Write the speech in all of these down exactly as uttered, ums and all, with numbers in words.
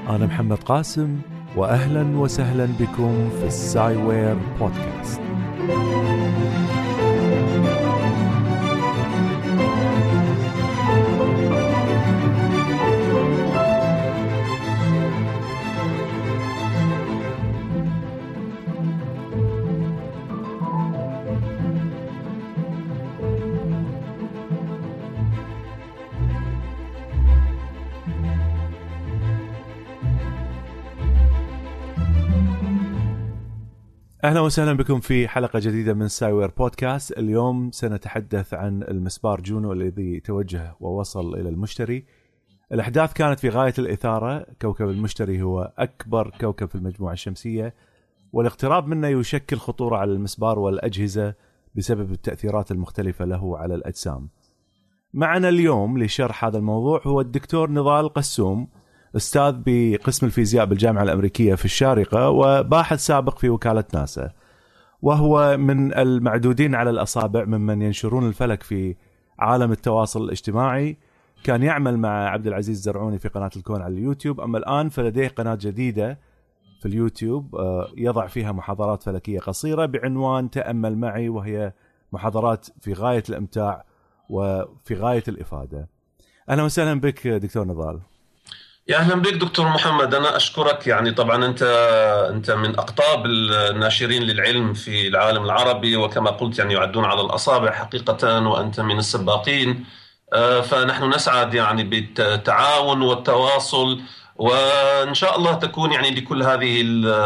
أنا محمد قاسم، وأهلا وسهلا بكم في السايوير بودكاست. أهلا وسهلا بكم في حلقة جديدة من سايوير بودكاست. اليوم سنتحدث عن المسبار جونو الذي توجه ووصل إلى المشتري. الأحداث كانت في غاية الإثارة. كوكب المشتري هو أكبر كوكب في المجموعة الشمسية، والاقتراب منه يشكل خطورة على المسبار والأجهزة بسبب التأثيرات المختلفة له على الأجسام. معنا اليوم لشرح هذا الموضوع هو الدكتور نضال قسوم، أستاذ بقسم الفيزياء بالجامعة الأمريكية في الشارقة وباحث سابق في وكالة ناسا، وهو من المعدودين على الأصابع ممن ينشرون الفلك في عالم التواصل الاجتماعي. كان يعمل مع عبد العزيز الزرعوني في قناة الكون على اليوتيوب، أما الآن فلديه قناة جديدة في اليوتيوب يضع فيها محاضرات فلكية قصيرة بعنوان تأمل معي، وهي محاضرات في غاية الإمتاع وفي غاية الإفادة. أهلا وسهلا بك دكتور نضال. يا أهلا بك دكتور محمد، أنا أشكرك. يعني طبعا أنت أنت من أقطاب الناشرين للعلم في العالم العربي، وكما قلت يعني يعدون على الأصابع حقيقة، وأنت من السباقين. فنحن نسعد يعني بالتعاون والتواصل، وإن شاء الله تكون يعني لكل هذه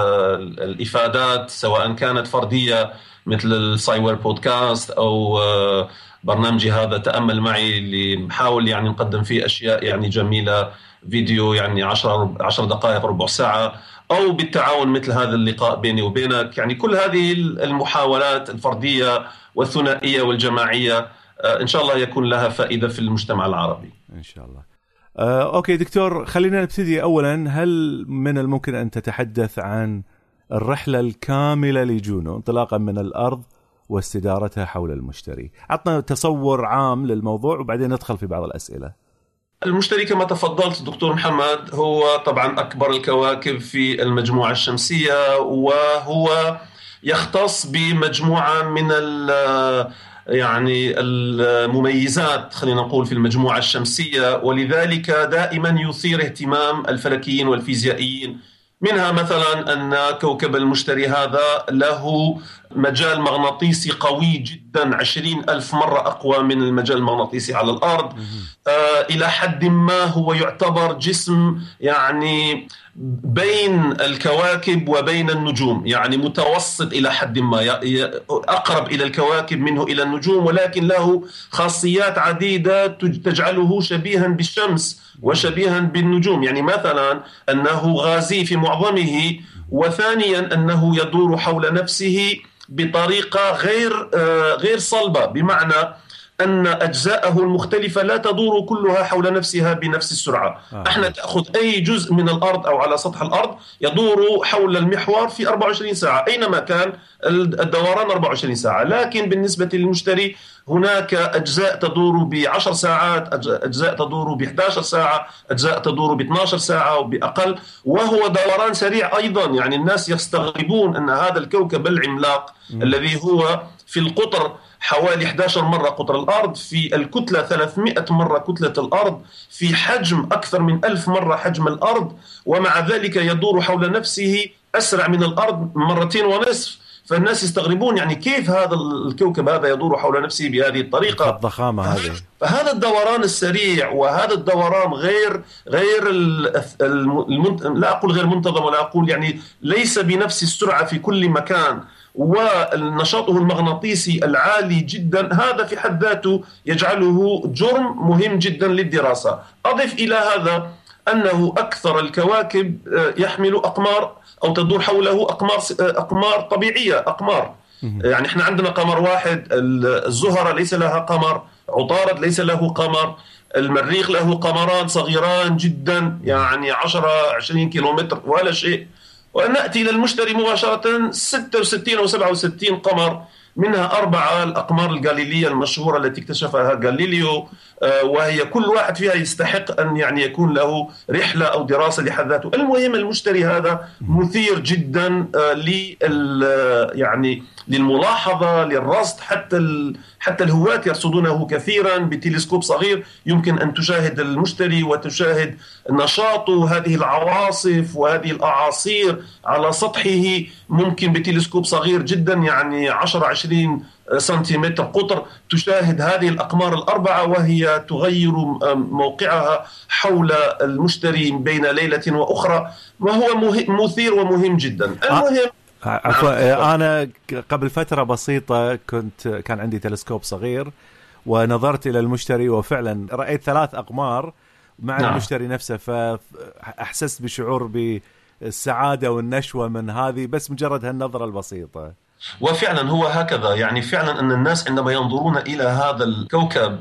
الإفادات سواء كانت فردية مثل السايوير بودكاست أو برنامجي هذا تأمل معي اللي بحاول يعني نقدم فيه أشياء يعني جميلة، فيديو يعني عشر عشر دقائق ربع ساعة، أو بالتعاون مثل هذا اللقاء بيني وبينك. يعني كل هذه المحاولات الفردية والثنائية والجماعية إن شاء الله يكون لها فائدة في المجتمع العربي إن شاء الله. أه، أوكي دكتور، خلينا نبتدي. أولا، هل من الممكن أن تتحدث عن الرحلة الكاملة لجونو انطلاقا من الأرض واستدارتها حول المشتري؟ عطنا تصور عام للموضوع وبعدين ندخل في بعض الأسئلة. المشتري كما تفضلت دكتور محمد هو طبعا أكبر الكواكب في المجموعة الشمسية، وهو يختص بمجموعة من يعني المميزات خلينا نقول في المجموعة الشمسية، ولذلك دائما يثير اهتمام الفلكيين والفيزيائيين. منها مثلا أن كوكب المشتري هذا له مجال مغناطيسي قوي جدا، عشرين ألف مرة أقوى من المجال المغناطيسي على الأرض. آه إلى حد ما هو يعتبر جسم يعني بين الكواكب وبين النجوم، يعني متوسط إلى حد ما، أقرب إلى الكواكب منه إلى النجوم، ولكن له خاصيات عديدة تجعله شبيها بالشمس وشبيها بالنجوم. يعني مثلا أنه غازي في معظمه، وثانيا أنه يدور حول نفسه بطريقة غير غير صلبة، بمعنى أن أجزاءه المختلفة لا تدور كلها حول نفسها بنفس السرعة. آه. احنا تأخذ أي جزء من الأرض أو على سطح الأرض يدور حول المحور في أربعة وعشرين ساعة أينما كان الدوران أربعة وعشرين ساعة، لكن بالنسبة للمشتري هناك أجزاء تدور بعشر ساعات، أجزاء تدور بإحدى عشرة ساعة، أجزاء تدور باثنتي عشرة ساعة وبأقل، وهو دوران سريع أيضا. يعني الناس يستغربون أن هذا الكوكب العملاق م. الذي هو في القطر حوالي إحدى عشرة مرة قطر الأرض، في الكتلة ثلاثمائة مرة كتلة الأرض، في حجم أكثر من ألف مرة حجم الأرض، ومع ذلك يدور حول نفسه أسرع من الأرض مرتين ونصف. فالناس يستغربون يعني كيف هذا الكوكب هذا يدور حول نفسه بهذه الطريقة، الضخامة هذه. فهذا الدوران السريع وهذا الدوران غير غير المنت... لا أقول غير منتظم، ولا أقول يعني ليس بنفس السرعة في كل مكان، ونشاطه المغناطيسي العالي جدا، هذا في حد ذاته يجعله جرم مهم جدا للدراسة. أضف إلى هذا أنه أكثر الكواكب يحمل أقمار أو تدور حوله أقمار أقمار طبيعية، أقمار. يعني إحنا عندنا قمر واحد، الزهرة ليس لها قمر، عطارد ليس له قمر، المريخ له قمران صغيران جدا يعني عشرة عشرين كيلومتر ولا شيء. ونأتي إلى المشتري مباشرة ستة وستين أو سبعة وستين قمر منها أربعة الأقمار الغاليلية المشهورة التي اكتشفها غاليليو، وهي كل واحد فيها يستحق أن يعني يكون له رحلة أو دراسة لحد ذاته. المهم المشتري هذا مثير جدا لل يعني للملاحظة، للرصد، حتى ال... حتى الهواة يرصدونه كثيرا بتلسكوب صغير. يمكن أن تشاهد المشتري وتشاهد نشاطه، هذه العواصف وهذه الأعاصير على سطحه، ممكن بتلسكوب صغير جدا يعني عشرة عشرين سنتيمتر قطر تشاهد هذه الأقمار الأربعة وهي تغير موقعها حول المشتري بين ليلة وأخرى، وهو مثير ومهم جدا. المهم عفوا، أنا قبل فترة بسيطة كنت كان عندي تلسكوب صغير ونظرت إلى المشتري وفعلا رأيت ثلاث أقمار مع نعم. المشتري نفسه، فأحسست بشعور بالسعادة والنشوة من هذه بس مجرد هالنظرة البسيطة. وفعلا هو هكذا، يعني فعلا أن الناس عندما ينظرون إلى هذا الكوكب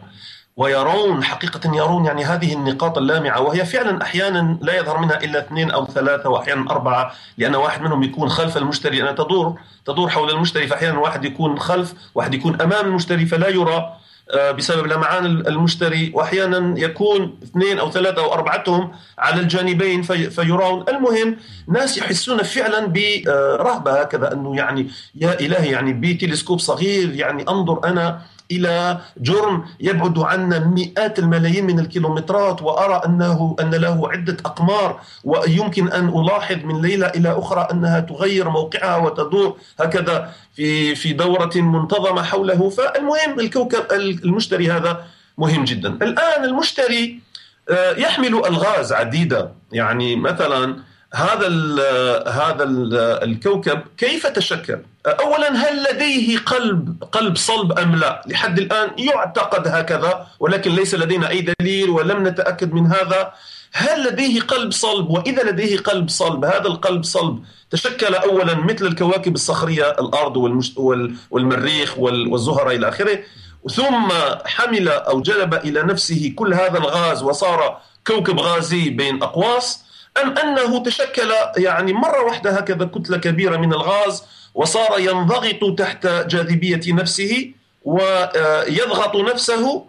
ويرون حقيقة يرون يعني هذه النقاط اللامعة، وهي فعلا أحيانا لا يظهر منها إلا اثنين أو ثلاثة وأحيانا أربعة، لأن واحد منهم يكون خلف المشتري، لأنها تدور تدور حول المشتري، فأحيانا واحد يكون خلف، واحد يكون أمام المشتري فلا يرى بسبب لمعان المشتري، وأحيانا يكون اثنين أو ثلاثة أو أربعتهم على الجانبين في فيرون. المهم ناس يحسون فعلا برهبة هكذا، أنه يعني يا إلهي يعني بتلسكوب صغير يعني أنظر أنا إلى جرم يبعد عنا مئات الملايين من الكيلومترات، وأرى أنه أن له عدة أقمار، ويمكن أن ألاحظ من ليلة إلى أخرى أنها تغير موقعها وتدور هكذا في في دورة منتظمة حوله. فالمهم الكوكب المشتري هذا مهم جدا. الآن المشتري يحمل ألغاز عديدة، يعني مثلا هذا ال هذا ال الكوكب كيف تشكل؟ أولا هل لديه قلب قلب صلب أم لا؟ لحد الآن يعتقد هكذا، ولكن ليس لدينا أي دليل ولم نتأكد من هذا. هل لديه قلب صلب؟ وإذا لديه قلب صلب، هذا القلب صلب تشكل أولا مثل الكواكب الصخرية، الأرض والمريخ والزهرة إلى آخره، ثم حمل أو جلب إلى نفسه كل هذا الغاز وصار كوكب غازي بين أقواس، أم أنه تشكل يعني مرة واحدة هكذا كتلة كبيرة من الغاز وصار ينضغط تحت جاذبية نفسه ويضغط نفسه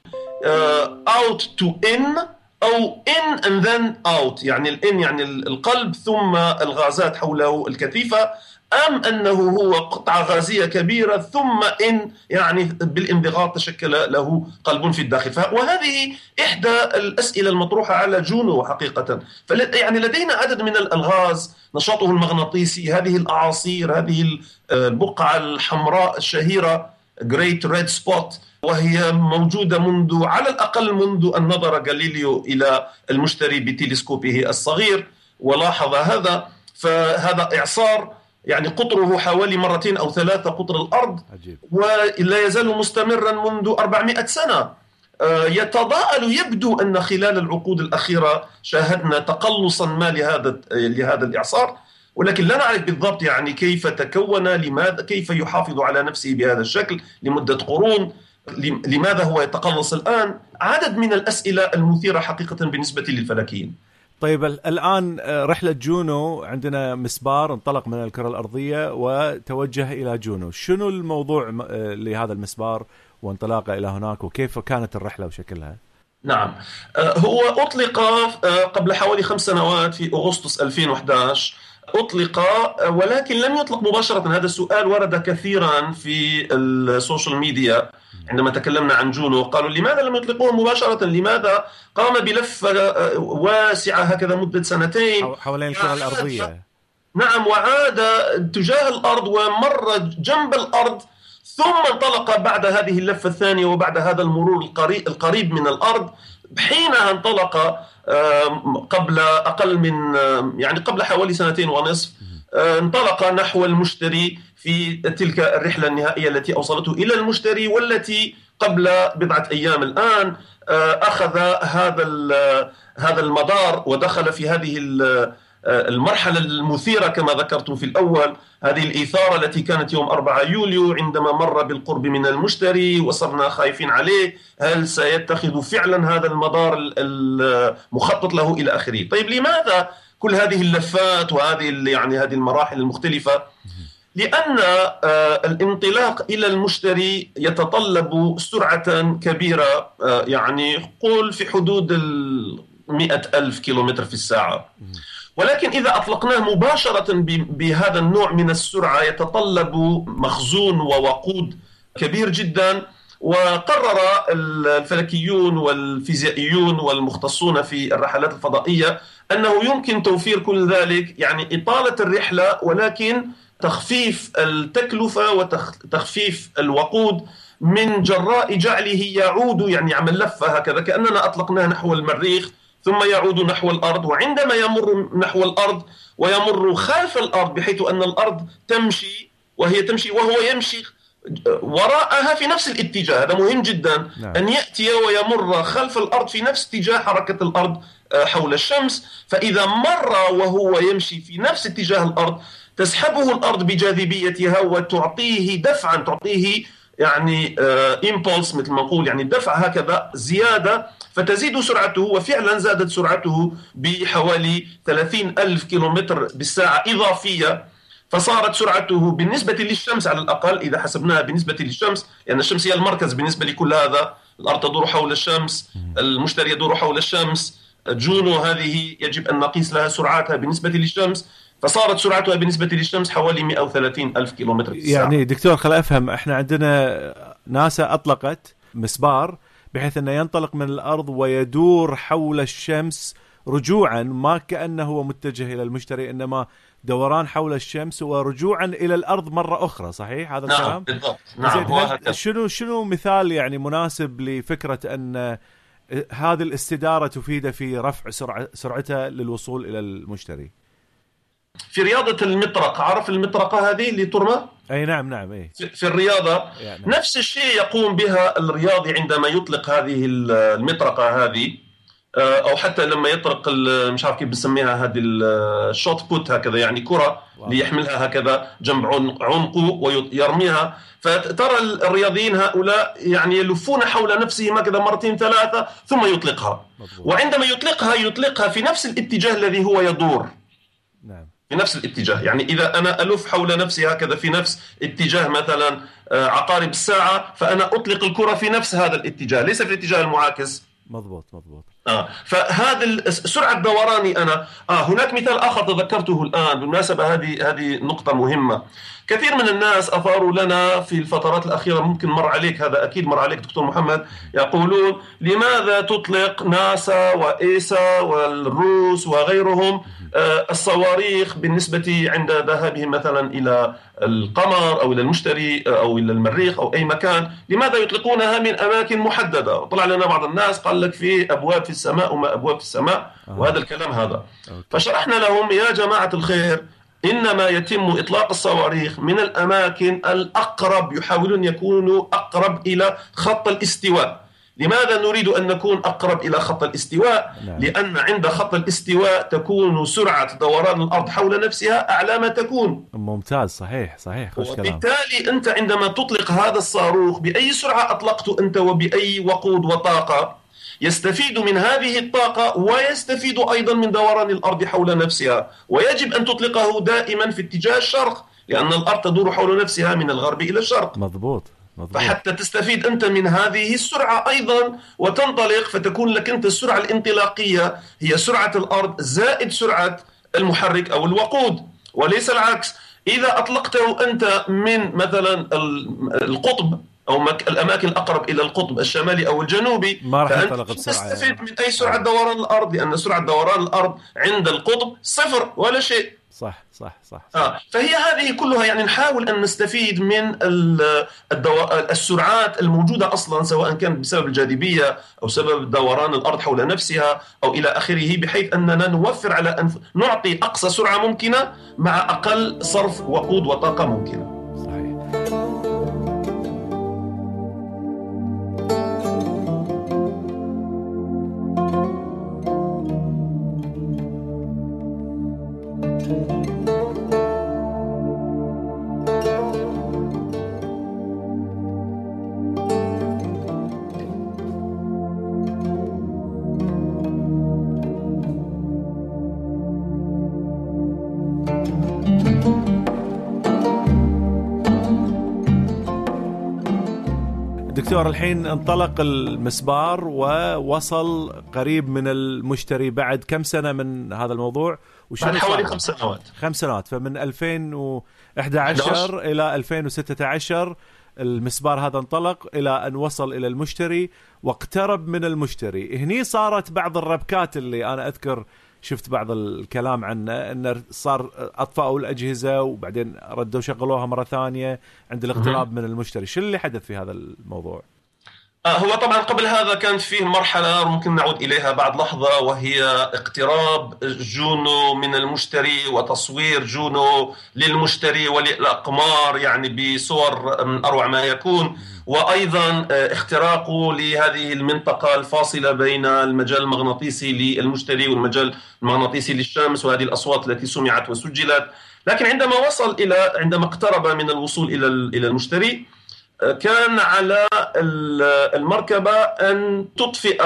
out to in أو in and then out، يعني الإن يعني القلب ثم الغازات حوله الكثيفة، أم أنه هو قطعة غازية كبيرة ثم إن يعني بالانضغاط تشكل له قلب في الداخل. وهذه إحدى الأسئلة المطروحة على جونو حقيقة. يعني لدينا عدد من الألغاز نشاطه المغناطيسي، هذه الأعاصير، هذه البقعة الحمراء الشهيرة Great Red Spot، وهي موجودة منذ على الأقل منذ أن نظر غاليليو إلى المشتري بتلسكوبه الصغير ولاحظ هذا. فهذا إعصار يعني قطره حوالي مرتين أو ثلاثة قطر الأرض، عجيب. ولا يزال مستمرا منذ أربعمائة سنة. يتضاءل، يبدو أن خلال العقود الأخيرة شاهدنا تقلصا ما لهذا لهذا الإعصار، ولكن لا نعرف بالضبط يعني كيف تكون، لماذا، كيف يحافظ على نفسه بهذا الشكل لمدة قرون، لماذا هو يتقلص الآن. عدد من الأسئلة المثيرة حقيقة بالنسبة للفلكيين. طيب الآن رحلة جونو، عندنا مسبار انطلق من الكرة الأرضية وتوجه إلى جونو، شنو الموضوع لهذا المسبار وانطلاقه إلى هناك، وكيف كانت الرحلة وشكلها؟ نعم، هو أطلق قبل حوالي خمس سنوات في أغسطس ألفين وأحد عشر، أطلق ولكن لم يطلق مباشرة. هذا السؤال ورد كثيرا في السوشيال ميديا عندما تكلمنا عن جونو، قالوا لماذا لم يطلقوه مباشرة؟ لماذا قام بلفة واسعة هكذا مدة سنتين حوالين الكرة الأرضية؟ نعم، وعاد تجاه الأرض ومر جنب الأرض، ثم انطلق بعد هذه اللفة الثانية وبعد هذا المرور القريب من الأرض. حينها انطلق قبل أقل من يعني قبل حوالي سنتين ونصف، انطلق نحو المشتري في تلك الرحلة النهائية التي أوصلته إلى المشتري، والتي قبل بضعة أيام الآن أخذ هذا هذا المدار ودخل في هذه المرحلة المثيرة كما ذكرت في الأول، هذه الإثارة التي كانت يوم أربعة يوليو عندما مر بالقرب من المشتري وصرنا خايفين عليه، هل سيتخذ فعلا هذا المدار المخطط له إلى آخره. طيب لماذا كل هذه اللفات وهذه يعني هذه المراحل المختلفة؟ لأن الانطلاق إلى المشتري يتطلب سرعة كبيرة، يعني قول في حدود مئة ألف كيلومتر في الساعة. ولكن إذا أطلقناه مباشرة بهذا النوع من السرعة يتطلب مخزون ووقود كبير جدا. وقرر الفلكيون والفيزيائيون والمختصون في الرحلات الفضائية أنه يمكن توفير كل ذلك، يعني إطالة الرحلة ولكن تخفيف التكلفة وتخفيف الوقود من جراء جعله يعود، يعني عمل لفة هكذا كأننا أطلقناه نحو المريخ ثم يعود نحو الأرض، وعندما يمر نحو الأرض ويمر خلف الأرض بحيث أن الأرض تمشي وهي تمشي وهو يمشي وراءها في نفس الاتجاه. هذا مهم جدا. نعم. أن يأتي ويمر خلف الأرض في نفس اتجاه حركة الأرض حول الشمس، فإذا مر وهو يمشي في نفس اتجاه الأرض تسحبه الأرض بجاذبيتها وتعطيه دفعا، تعطيه يعني إمبولس مثل ما نقول، يعني دفع هكذا زيادة، فتزيد سرعته. وفعلا زادت سرعته بحوالي ثلاثين ألف كيلومتر بالساعة إضافية، فصارت سرعته بالنسبة للشمس على الأقل، إذا حسبناها بالنسبة للشمس، لأن يعني الشمس هي المركز بالنسبة لكل هذا، الأرض تدور حول الشمس، المشتري يدور حول الشمس، جونو هذه يجب أن نقيس لها سرعتها بالنسبة للشمس، فصارت سرعتها بالنسبة للشمس حوالي مئة وثلاثين ألف كيلومتر بالساعة. يعني دكتور خل أفهم، إحنا عندنا ناسا أطلقت مسبار بحيث أنه ينطلق من الأرض ويدور حول الشمس رجوعا، ما كأنه هو متجه إلى المشتري، إنما دوران حول الشمس ورجوعا إلى الأرض مرة أخرى. صحيح هذا الكلام؟ نعم بالضبط. نعم. شنو شنو مثال يعني مناسب لفكرة أن هذه الاستدارة تفيد في رفع سرعة سرعتها للوصول إلى المشتري؟ في رياضة المطرقة، عرف المطرقة هذه اللي ترمى؟ أي نعم نعم. أي في الرياضة يعني. نفس الشيء يقوم بها الرياضي عندما يطلق هذه المطرقة هذه، أو حتى لما يطرق مش عارف كيف بنسميها هذه الشوت بوت هكذا، يعني كرة ليحملها هكذا جنب عنقه ويرميها. فترى الرياضيين هؤلاء يعني يلفون حول نفسهم هكذا مرتين ثلاثة ثم يطلقها. مضبوط. وعندما يطلقها يطلقها في نفس الاتجاه الذي هو يدور. نعم. في نفس الاتجاه، يعني إذا أنا ألف حول نفسي هكذا في نفس اتجاه مثلا عقارب الساعة، فأنا أطلق الكرة في نفس هذا الاتجاه، ليس في الاتجاه المعاكس. مضبوط مضبوط. آه فهذا سرعة دوراني أنا آه هناك مثال آخر تذكرته الآن بالمناسبة، هذه هذه نقطة مهمة. كثير من الناس أثاروا لنا في الفترات الأخيرة، ممكن مر عليك هذا، أكيد مر عليك دكتور محمد، يقولون لماذا تطلق ناسا وإيسا والروس وغيرهم آه الصواريخ بالنسبة عند ذهابهم مثلا إلى القمر أو إلى المشتري أو إلى المريخ أو أي مكان، لماذا يطلقونها من أماكن محددة؟ طلع لنا بعض الناس قال لك في أبواب في السماء وما أبواب في السماء وهذا الكلام هذا. فشرحنا لهم يا جماعة الخير، إنما يتم إطلاق الصواريخ من الأماكن الأقرب، يحاولون يكونوا أقرب إلى خط الاستواء. لماذا نريد أن نكون أقرب إلى خط الاستواء؟ نعم. لأن عند خط الاستواء تكون سرعة دوران الأرض حول نفسها أعلى ما تكون. ممتاز. صحيح صحيح. وبالتالي أنت عندما تطلق هذا الصاروخ بأي سرعة أطلقته أنت وبأي وقود وطاقة، يستفيد من هذه الطاقة ويستفيد أيضا من دوران الأرض حول نفسها. ويجب أن تطلقه دائما في اتجاه الشرق، لأن الأرض تدور حول نفسها من الغرب إلى الشرق. مضبوط. مضبوط. فحتى تستفيد أنت من هذه السرعة أيضا وتنطلق، فتكون لك أنت السرعة الانطلاقية هي سرعة الأرض زائد سرعة المحرك أو الوقود، وليس العكس. إذا أطلقته أنت من مثلا القطب أو الأماكن الأقرب إلى القطب الشمالي أو الجنوبي، ما راح فأنت تستفيد يعني. من أي سرعة دوران الأرض، لأن سرعة دوران الأرض عند القطب صفر ولا شيء. صح صح صح, صح. آه. فهي هذه كلها يعني نحاول أن نستفيد من الدو... السرعات الموجودة أصلا، سواء كانت بسبب الجاذبية أو سبب دوران الأرض حول نفسها أو إلى آخره، بحيث أننا نوفر على أنف... نعطي أقصى سرعة ممكنة مع أقل صرف وقود وطاقة ممكنة. دكتور الحين انطلق المسبار ووصل قريب من المشتري بعد كم سنة من هذا الموضوع؟ بعد حوالي خمس سنوات خمس سنوات فمن ألفين وإحدى عشر إلى ألفين وستة عشر المسبار هذا انطلق إلى أن وصل إلى المشتري واقترب من المشتري. هني صارت بعض الربكات اللي أنا أذكر شفت بعض الكلام عنه، أنه صار أطفأوا الأجهزة وبعدين ردوا شغلوها مرة ثانية عند الاقتراب من المشتري. شو اللي حدث في هذا الموضوع؟ هو طبعا قبل هذا كانت فيه مرحلة ممكن نعود إليها بعد لحظة، وهي اقتراب جونو من المشتري وتصوير جونو للمشتري وللأقمار يعني بصور من أروع ما يكون، وأيضا اختراقه لهذه المنطقة الفاصلة بين المجال المغناطيسي للمشتري والمجال المغناطيسي للشمس، وهذه الأصوات التي سمعت وسجلت. لكن عندما وصل إلى عندما اقترب من الوصول إلى إلى المشتري كان على المركبة أن تطفئ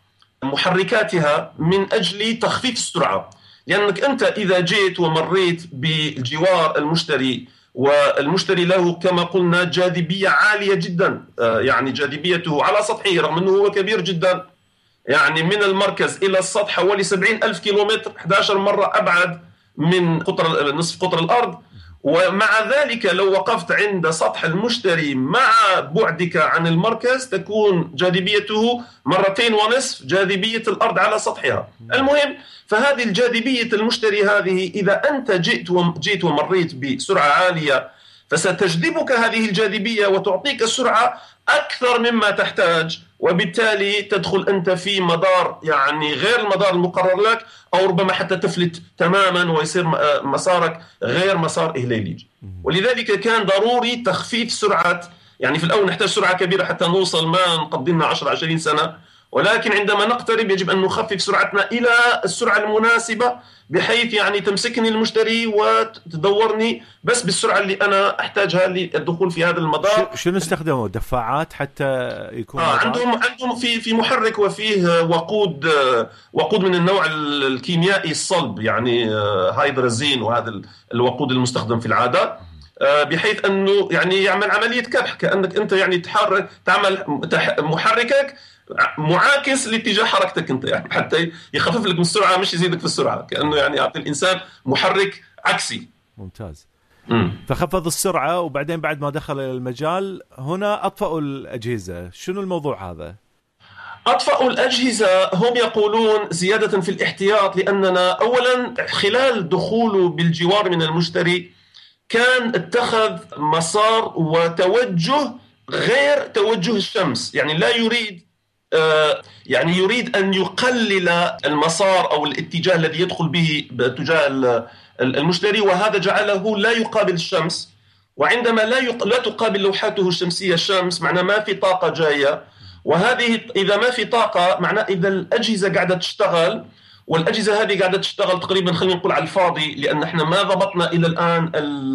محركاتها من أجل تخفيف السرعة، لأنك أنت إذا جيت ومريت بجوار المشتري والمشتري له كما قلنا جاذبية عالية جدا، يعني جاذبيته على سطحه رغم أنه هو كبير جدا، يعني من المركز إلى السطح حوالي سبعين ألف كيلومتر، إحدى عشرة مرة أبعد من قطر نصف قطر الأرض. ومع ذلك لو وقفت عند سطح المشتري مع بعدك عن المركز تكون جاذبيته مرتين ونصف جاذبية الأرض على سطحها. المهم، فهذه الجاذبية المشتري هذه إذا أنت جئت وجيت ومريت بسرعة عالية فستجذبك هذه الجاذبية وتعطيك السرعة أكثر مما تحتاج، وبالتالي تدخل أنت في مدار يعني غير المدار المقرر لك، أو ربما حتى تفلت تماما ويصير مسارك غير مسار إهليلي. ولذلك كان ضروري تخفيف سرعة، يعني في الأول نحتاج سرعة كبيرة حتى نوصل ما نقضي لنا عشرة عشرين سنة، ولكن عندما نقترب يجب أن نخفف سرعتنا إلى السرعة المناسبة بحيث يعني تمسكني المشتري وتدورني بس بالسرعة اللي أنا أحتاجها للدخول في هذا المدار. شنو استخدموا دفاعات حتى يكون آه عندهم عندهم في في محرك وفيه وقود وقود من النوع الكيميائي الصلب، يعني هيدرازين، وهذا الوقود المستخدم في العادة بحيث أنه يعني يعمل عملية كبح، كأنك أنت يعني تحرك تعمل محركك معاكس لاتجاه حركتك انت، يعني حتى يخفف لك من السرعه مش يزيدك في السرعه، كانه يعني يعطي الانسان محرك عكسي. ممتاز. مم. فخفض السرعه وبعدين بعد ما دخل الى المجال هنا اطفأوا الاجهزه. شنو الموضوع هذا؟ اطفأوا الاجهزه هم يقولون زياده في الاحتياط، لاننا اولا خلال دخوله بالجوار من المشتري كان اتخذ مسار وتوجه غير توجه الشمس، يعني لا يريد يعني يريد أن يقلل المسار أو الاتجاه الذي يدخل به باتجاه المشتري، وهذا جعله لا يقابل الشمس. وعندما لا يق... لا تقابل لوحاته الشمسية الشمس معناه ما في طاقة جاية، وهذه إذا ما في طاقة معناه إذا الأجهزة قاعدة تشتغل، والأجهزة هذه قاعدة تشتغل تقريبا خلينا نقول على الفاضي، لأن احنا ما ضبطنا إلى الآن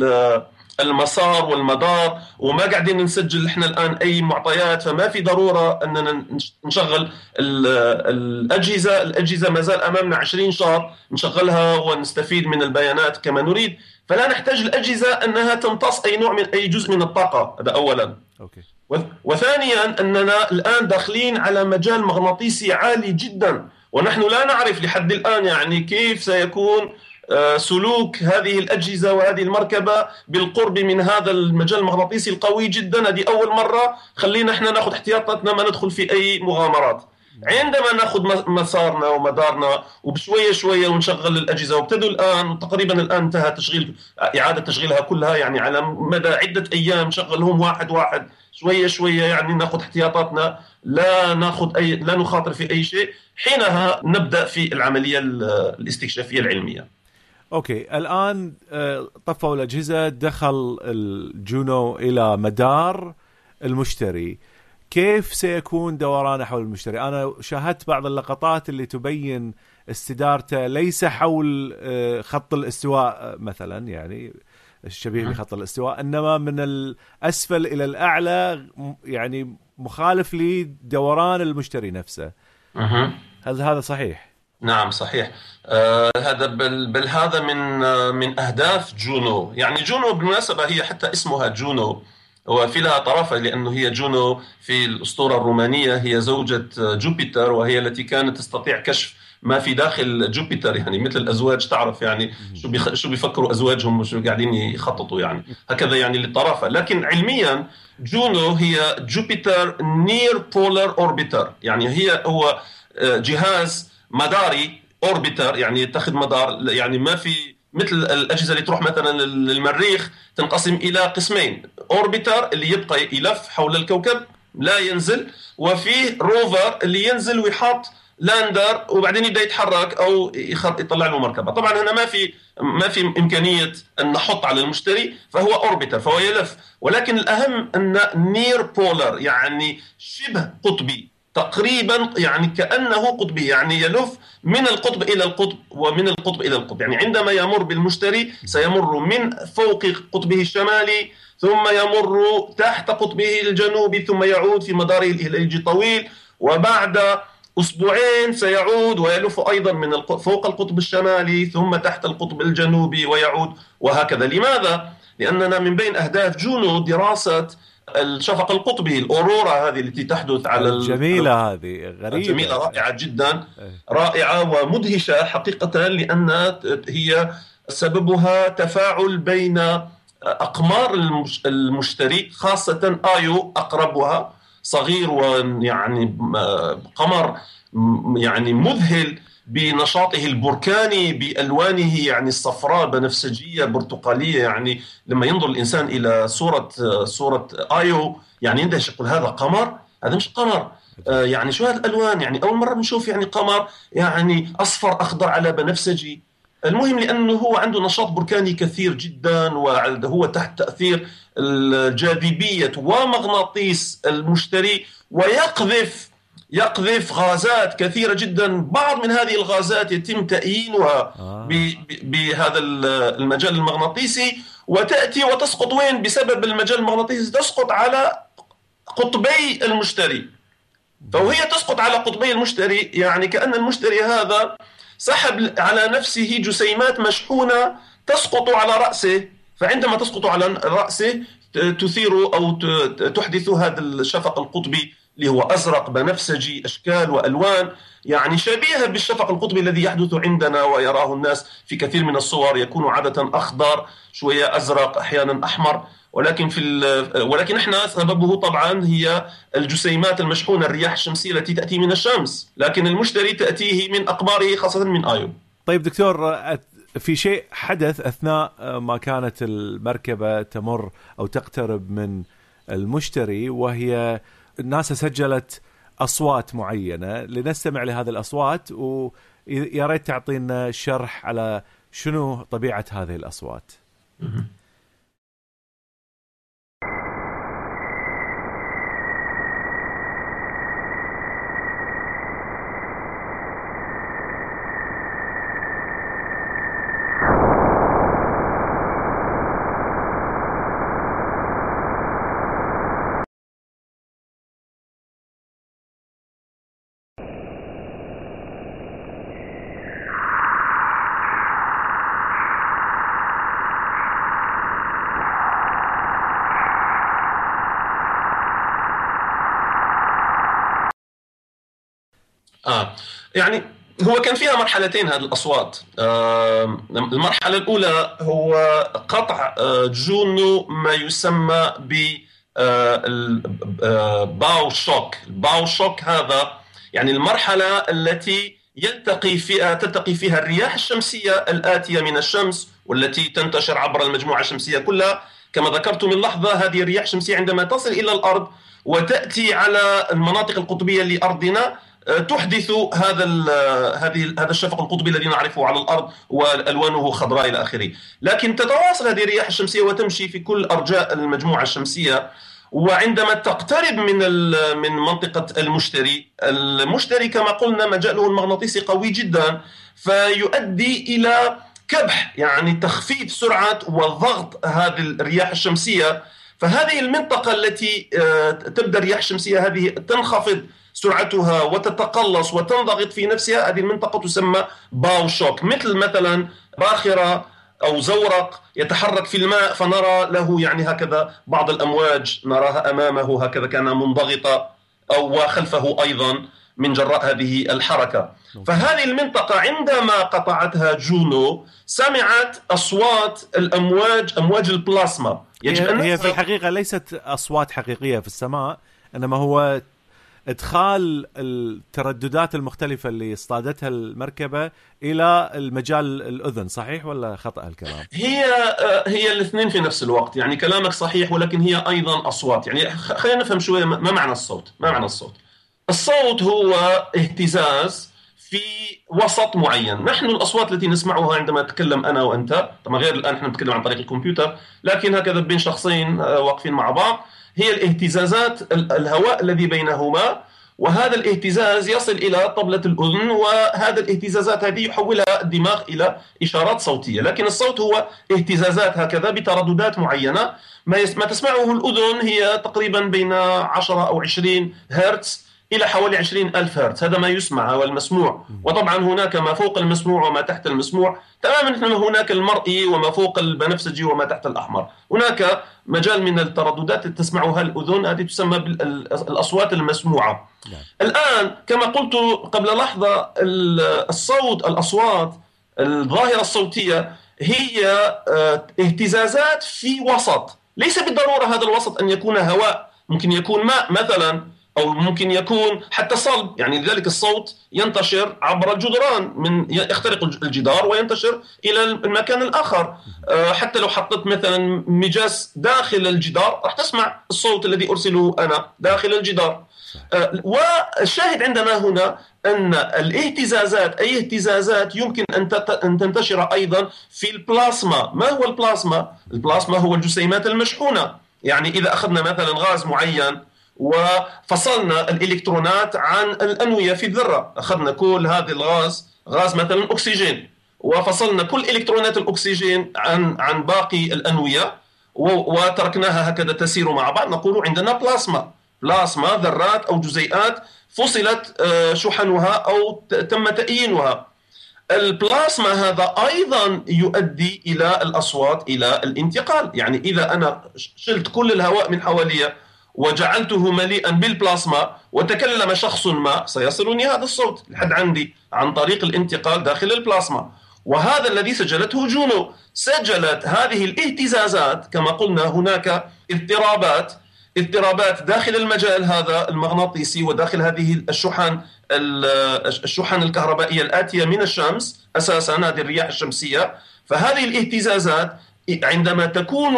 المسار والمدار وما قاعدين نسجل احنا الآن أي معطيات، فما في ضرورة أننا نشغل الأجهزة. الأجهزة ما زال أمامنا عشرين شهر نشغلها ونستفيد من البيانات كما نريد، فلا نحتاج الأجهزة أنها تمتص أي نوع من أي جزء من الطاقة. هذا أولا. أوكي. وثانيا أننا الآن داخلين على مجال مغناطيسي عالي جدا، ونحن لا نعرف لحد الآن يعني كيف سيكون سلوك هذه الأجهزة وهذه المركبة بالقرب من هذا المجال المغناطيسي القوي جدا. هذه أول مرة، خلينا احنا ناخذ احتياطاتنا ما ندخل في أي مغامرات. عندما ناخذ مسارنا ومدارنا وبشوية شوية ونشغل الأجهزة، وابتدوا الآن تقريبا الآن انتهى تشغيل إعادة تشغيلها كلها، يعني على مدى عدة أيام شغلهم واحد واحد شوية شوية، يعني ناخذ احتياطاتنا، لا ناخذ أي لا نخاطر في أي شيء، حينها نبدأ في العملية الاستكشافية العلمية. أوكي. الآن طفوا الأجهزة، دخل الجونو إلى مدار المشتري. كيف سيكون دورانه حول المشتري؟ أنا شاهدت بعض اللقطات اللي تبين استدارته ليس حول خط الاستواء مثلا، يعني الشبيه بخط الاستواء، إنما من الأسفل إلى الأعلى، يعني مخالف لدوران المشتري نفسه. هل هذا صحيح؟ نعم صحيح. آه هذا بل, بل هذا من آه من أهداف جونو. يعني جونو بالمناسبة هي حتى اسمها جونو، وفي لها طرافة لأنه هي جونو في الأسطورة الرومانية هي زوجة جوبيتر، وهي التي كانت تستطيع كشف ما في داخل جوبيتر، يعني مثل الأزواج تعرف يعني شو بيخ... شو بيفكروا أزواجهم وشو قاعدين يخططوا يعني هكذا يعني للطرافة. لكن علميا جونو هي جوبيتر نير بولار أوربيتر، يعني هي هو جهاز مداري أوربيتر يعني يتخذ مدار، يعني ما في مثل الأجهزة اللي تروح مثلا للمريخ تنقسم إلى قسمين، أوربيتر اللي يبقى يلف حول الكوكب لا ينزل، وفيه روفر اللي ينزل ويحط لاندر وبعدين يبدا يتحرك او يطلع له مركبه. طبعا هنا ما في ما في امكانيه ان نحط على المشتري، فهو اوربيتر فهو يلف، ولكن الاهم ان نير بولر يعني شبه قطبي تقريبا، يعني كانه قطبي، يعني يلف من القطب الى القطب ومن القطب الى القطب. يعني عندما يمر بالمشتري سيمر من فوق قطبه الشمالي ثم يمر تحت قطبه الجنوبي ثم يعود في مداره الهلالي طويل، وبعد أسبوعين سيعود ويلف أيضا من فوق القطب الشمالي ثم تحت القطب الجنوبي ويعود، وهكذا. لماذا؟ لأننا من بين أهداف جونو دراسة الشفق القطبي، الأورورا هذه التي تحدث على الجميلة، هذه غريبة جميلة رائعة جدا، رائعة ومدهشة حقيقة، لأن هي سببها تفاعل بين أقمار المشتري، خاصة آيو أقربها صغير ويعني قمر يعني مذهل بنشاطه البركاني بألوانه يعني الصفراء بنفسجية برتقالية، يعني لما ينظر الإنسان إلى صورة صورة آيو يعني يندهش يقول هذا قمر، هذا مش قمر، يعني شو هذه الألوان، يعني أول مرة بنشوف يعني قمر يعني أصفر أخضر على بنفسجي. المهم لأنه هو عنده نشاط بركاني كثير جدا، وهو تحت تأثير الجاذبية ومغناطيس المشتري، ويقذف يقذف غازات كثيرة جدا. بعض من هذه الغازات يتم تأيينها آه. بهذا المجال المغناطيسي، وتأتي وتسقط وين؟ بسبب المجال المغناطيسي تسقط على قطبي المشتري، فوهي تسقط على قطبي المشتري يعني كأن المشتري هذا سحب على نفسه جسيمات مشحونة تسقط على رأسه، فعندما تسقط على رأسه تثير أو تحدث هذا الشفق القطبي اللي هو أزرق بنفسجي أشكال وألوان، يعني شبيهة بالشفق القطبي الذي يحدث عندنا ويراه الناس في كثير من الصور، يكون عادة أخضر شوية أزرق أحيانا أحمر، ولكن في ولكن احنا سببه طبعا هي الجسيمات المشحونة الرياح الشمسية التي تأتي من الشمس، لكن المشتري تأتيه من أقماره خاصة من آيو. طيب دكتور، في شيء حدث أثناء ما كانت المركبة تمر أو تقترب من المشتري، وهي الناس سجلت أصوات معينة، لنستمع لهذه الأصوات، ويا ريت تعطينا شرح على شنو طبيعة هذه الأصوات. آه يعني هو كان فيها مرحلتين هذه الأصوات. آه المرحلة الأولى هو قطع آه جونو ما يسمى ب آه باو شوك. الباو شوك هذا يعني المرحلة التي يلتقي فيها تلتقي فيها الرياح الشمسية الآتية من الشمس والتي تنتشر عبر المجموعة الشمسية كلها. كما ذكرت من لحظة، هذه الرياح الشمسية عندما تصل إلى الأرض وتأتي على المناطق القطبية لأرضنا تحدث هذا هذه هذا الشفق القطبي الذي نعرفه على الأرض والألوانه خضراء إلى آخره. لكن تتواصل هذه الرياح الشمسية وتمشي في كل أرجاء المجموعة الشمسية، وعندما تقترب من من منطقة المشتري، المشتري كما قلنا مجاله المغناطيسي قوي جدا، فيؤدي إلى كبح يعني تخفيف سرعة وضغط هذه الرياح الشمسية. فهذه المنطقة التي تبدأ الرياح الشمسية هذه تنخفض سرعتها وتتقلص وتنضغط في نفسها، هذه المنطقة تسمى باو شوك، مثل مثلا باخرة أو زورق يتحرك في الماء، فنرى له يعني هكذا بعض الأمواج نراها أمامه هكذا كأنها منضغطة أو وخلفه أيضا من جراء هذه الحركة. فهذه المنطقة عندما قطعتها جونو سمعت أصوات الأمواج، أمواج البلازما. هي, هي في الحقيقة ليست أصوات حقيقية في السماء، إنما هو إدخال الترددات المختلفة اللي اصطادتها المركبة إلى المجال الأذن. صحيح ولا خطأ الكلام؟ هي هي الاثنين في نفس الوقت، يعني كلامك صحيح، ولكن هي أيضا أصوات. يعني خلينا نفهم شوية ما معنى الصوت. ما معنى الصوت؟ الصوت هو اهتزاز في وسط معين. نحن الأصوات التي نسمعها عندما نتكلم أنا وأنت، طبعا غير الآن نحن نتكلم عن طريق الكمبيوتر، لكن هكذا بين شخصين واقفين مع بعض، هي الاهتزازات الهواء الذي بينهما، وهذا الاهتزاز يصل إلى طبلة الأذن، وهذا الاهتزازات هذه يحولها الدماغ إلى إشارات صوتية. لكن الصوت هو اهتزازات هكذا بترددات معينة. ما تسمعه الأذن هي تقريبا بين عشرة أو عشرين هرتز إلى حوالي عشرين ألف هرتز، هذا ما يسمع والمسموع. وطبعا هناك ما فوق المسموع وما تحت المسموع تماما. هناك المرئي وما فوق البنفسجي وما تحت الأحمر. هناك مجال من الترددات تسمعها الأذن، هذه تسمى بالأصوات المسموعة. الآن كما قلت قبل لحظة، الصوت، الأصوات، الظاهرة الصوتية هي اهتزازات في وسط. ليس بالضرورة هذا الوسط أن يكون هواء، ممكن يكون ماء مثلا، أو ممكن يكون حتى صلب. يعني لذلك الصوت ينتشر عبر الجدران، من يخترق الجدار وينتشر إلى المكان الآخر. حتى لو حطيت مثلا مجاز داخل الجدار راح تسمع الصوت الذي أرسله أنا داخل الجدار. والشاهد عندنا هنا أن الاهتزازات، أي اهتزازات يمكن أن تنتشر أيضا في البلازما. ما هو البلازما؟ البلازما هو الجسيمات المشحونة. يعني إذا أخذنا مثلا غاز معين وفصلنا الإلكترونات عن الأنوية في الذرة، أخذنا كل هذا الغاز، غاز مثلا أكسجين، وفصلنا كل إلكترونات الأكسجين عن عن باقي الأنوية وتركناها هكذا تسير مع بعض، نقول عندنا بلازما. بلازما ذرات أو جزيئات فصلت شحنها أو تم تأيينها. البلازما هذا أيضا يؤدي إلى الأصوات، إلى الانتقال. يعني إذا أنا شلت كل الهواء من حواليا وجعلته مليئا بالبلازما وتكلم شخص ما، سيصلني هذا الصوت لحد عندي عن طريق الانتقال داخل البلازما. وهذا الذي سجلته جونو، سجلت هذه الاهتزازات. كما قلنا هناك اضطرابات اضطرابات داخل المجال هذا المغناطيسي وداخل هذه الشحن الشحن الكهربائية الآتية من الشمس، أساسا هذه الرياح الشمسية. فهذه الاهتزازات عندما تكون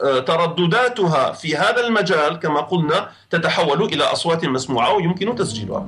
تردداتها في هذا المجال كما قلنا تتحول إلى أصوات مسموعة ويمكن تسجيلها.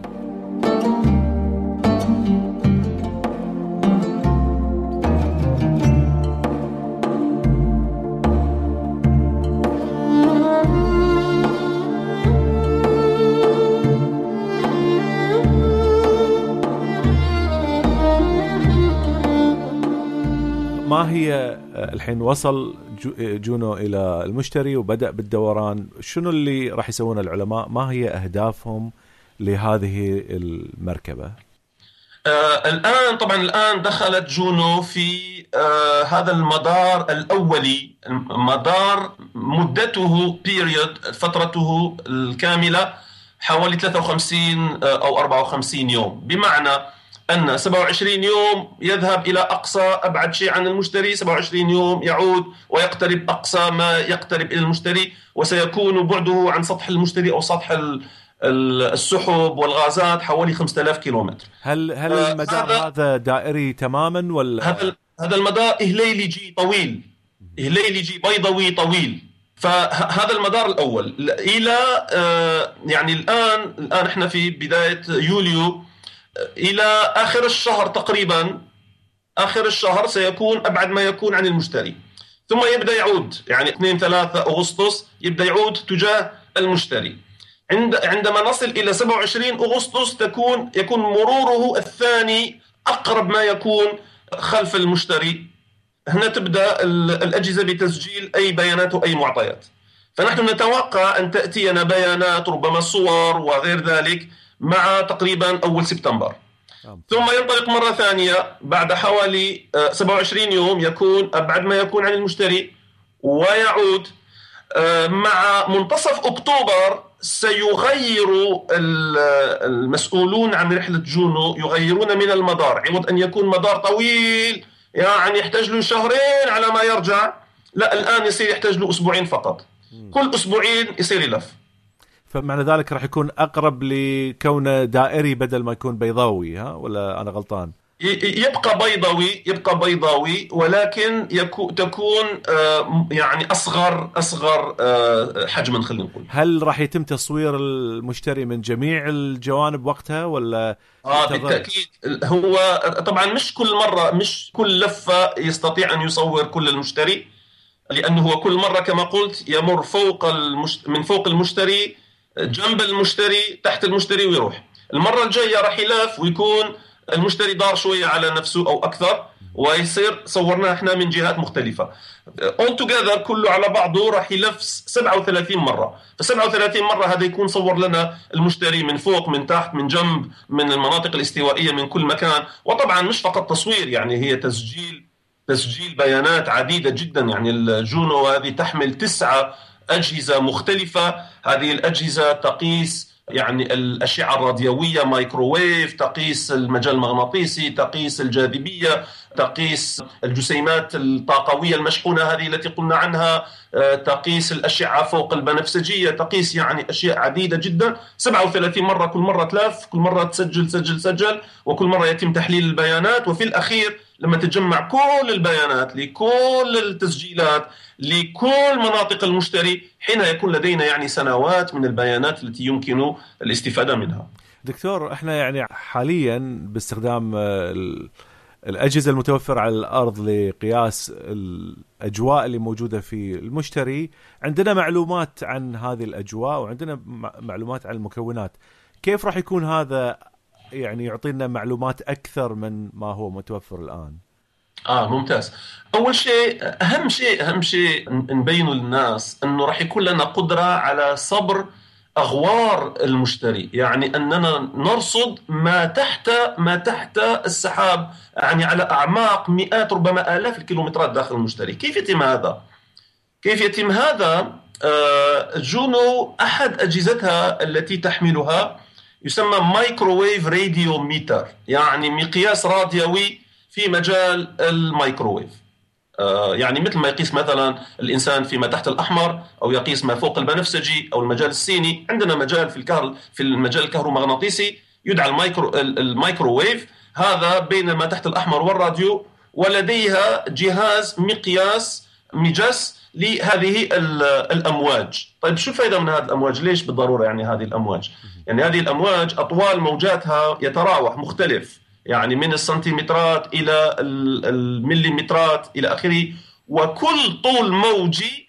ما هي الحين وصل جونو إلى المشتري وبدأ بالدوران، شنو اللي راح يسوونه العلماء؟ ما هي أهدافهم لهذه المركبة؟ آه الآن طبعا الآن دخلت جونو في آه هذا المدار الأولي، مدار مدته period فترته الكاملة حوالي ثلاثة وخمسين أو أربعة وخمسين يوم، بمعنى أن سبعة وعشرين يوم يذهب إلى أقصى أبعد شيء عن المشتري، سبعة وعشرين يوم يعود ويقترب أقصى ما يقترب إلى المشتري، وسيكون بعده عن سطح المشتري أو سطح السحب والغازات حوالي خمسة آلاف كيلومتر. هل هل المدار هذا, هذا دائري تماما ولا هذا هذا المدار إهليليجي طويل، إهليليجي بيضوي طويل. فهذا المدار الأول إلى يعني الآن الآن إحنا في بداية يوليو، إلى آخر الشهر تقريبا، آخر الشهر سيكون أبعد ما يكون عن المشتري، ثم يبدأ يعود يعني اثنين ثلاثة أغسطس يبدأ يعود تجاه المشتري. عند عندما نصل إلى سبعة وعشرين أغسطس تكون يكون مروره الثاني أقرب ما يكون خلف المشتري. هنا تبدأ الأجهزة بتسجيل أي بيانات وأي معطيات. فنحن نتوقع أن تأتينا بيانات ربما صور وغير ذلك مع تقريبا أول سبتمبر. ثم ينطلق مرة ثانية بعد حوالي سبعة وعشرين يوم، يكون أبعد ما يكون عن المشتري، ويعود مع منتصف أكتوبر. سيغير المسؤولون عن رحلة جونو يغيرون من المدار، عوض أن يكون مدار طويل يعني يحتاج له شهرين على ما يرجع، لا الآن يصير يحتاج له أسبوعين فقط. كل أسبوعين يصير يلف. فمعنى ذلك راح يكون أقرب لكونه دائري بدل ما يكون بيضاوي، ها ولا أنا غلطان؟ يبقى بيضاوي يبقى بيضاوي ولكن يكو تكون يعني أصغر أصغر حجما خلينا نقول. هل راح يتم تصوير المشتري من جميع الجوانب وقتها ولا؟ آه بالتأكيد. هو طبعا مش كل مرة مش كل لفة يستطيع أن يصور كل المشتري، لأنه هو كل مرة كما قلت يمر فوق المشت... من فوق المشتري، جنب المشتري، تحت المشتري، ويروح. المرة الجاية راح يلف ويكون المشتري دار شوية على نفسه أو أكثر، ويصير صورناه احنا من جهات مختلفة. all together كله على بعضه راح يلف سبعة وثلاثين مرة. فسبعة وثلاثين مرة هذا يكون صور لنا المشتري من فوق، من تحت، من جنب، من المناطق الاستوائية، من كل مكان. وطبعا مش فقط تصوير، يعني هي تسجيل تسجيل بيانات عديدة جدا. يعني الجونو هذه تحمل تسعة أجهزة مختلفة. هذه الأجهزة تقيس يعني الأشعة الراديوية مايكروويف، تقيس المجال المغناطيسي، تقيس الجاذبية، تقيس الجسيمات الطاقوية المشحونة هذه التي قلنا عنها، تقيس الأشعة فوق البنفسجية، تقيس يعني أشياء عديدة جدا. سبعة وثلاثين مرة، كل مرة تلف، كل مرة تسجل سجل سجل، وكل مرة يتم تحليل البيانات. وفي الأخير لما تجمع كل البيانات لكل التسجيلات لكل مناطق المشتري، حين يكون لدينا يعني سنوات من البيانات التي يمكن الاستفادة منها. دكتور، احنا يعني حاليا باستخدام الأجهزة المتوفرة على الأرض لقياس الأجواء اللي موجودة في المشتري، عندنا معلومات عن هذه الأجواء وعندنا معلومات عن المكونات. كيف راح يكون هذا يعني يعطينا معلومات أكثر من ما هو متوفر الآن؟ آه ممتاز. أول شيء أهم شيء أهم شيء نبينه للناس أنه راح يكون لنا قدرة على صبر أغوار المشتري، يعني أننا نرصد ما تحت ما تحت السحاب، يعني على أعماق مئات ربما آلاف الكيلومترات داخل المشتري. كيف يتم هذا؟ كيف يتم هذا؟ آه جونو أحد أجهزتها التي تحملها يسمى مايكروويف راديو ميتر، يعني مقياس راديوي في مجال الميكروويف. آه يعني مثل ما يقيس مثلا الإنسان فيما تحت الأحمر، أو يقيس ما فوق البنفسجي أو المجال السيني. عندنا مجال في الكهر في المجال الكهرومغناطيسي يدعى الميكرو الميكروويف، هذا بين ما تحت الأحمر والراديو. ولديها جهاز مقياس مجس لهذه الأمواج. طيب شو الفائدة من هذه الأمواج؟ ليش بالضرورة يعني هذه الأمواج؟ يعني هذه الأمواج أطوال موجاتها يتراوح مختلف، يعني من السنتيمترات إلى المليمترات إلى آخره. وكل طول موجي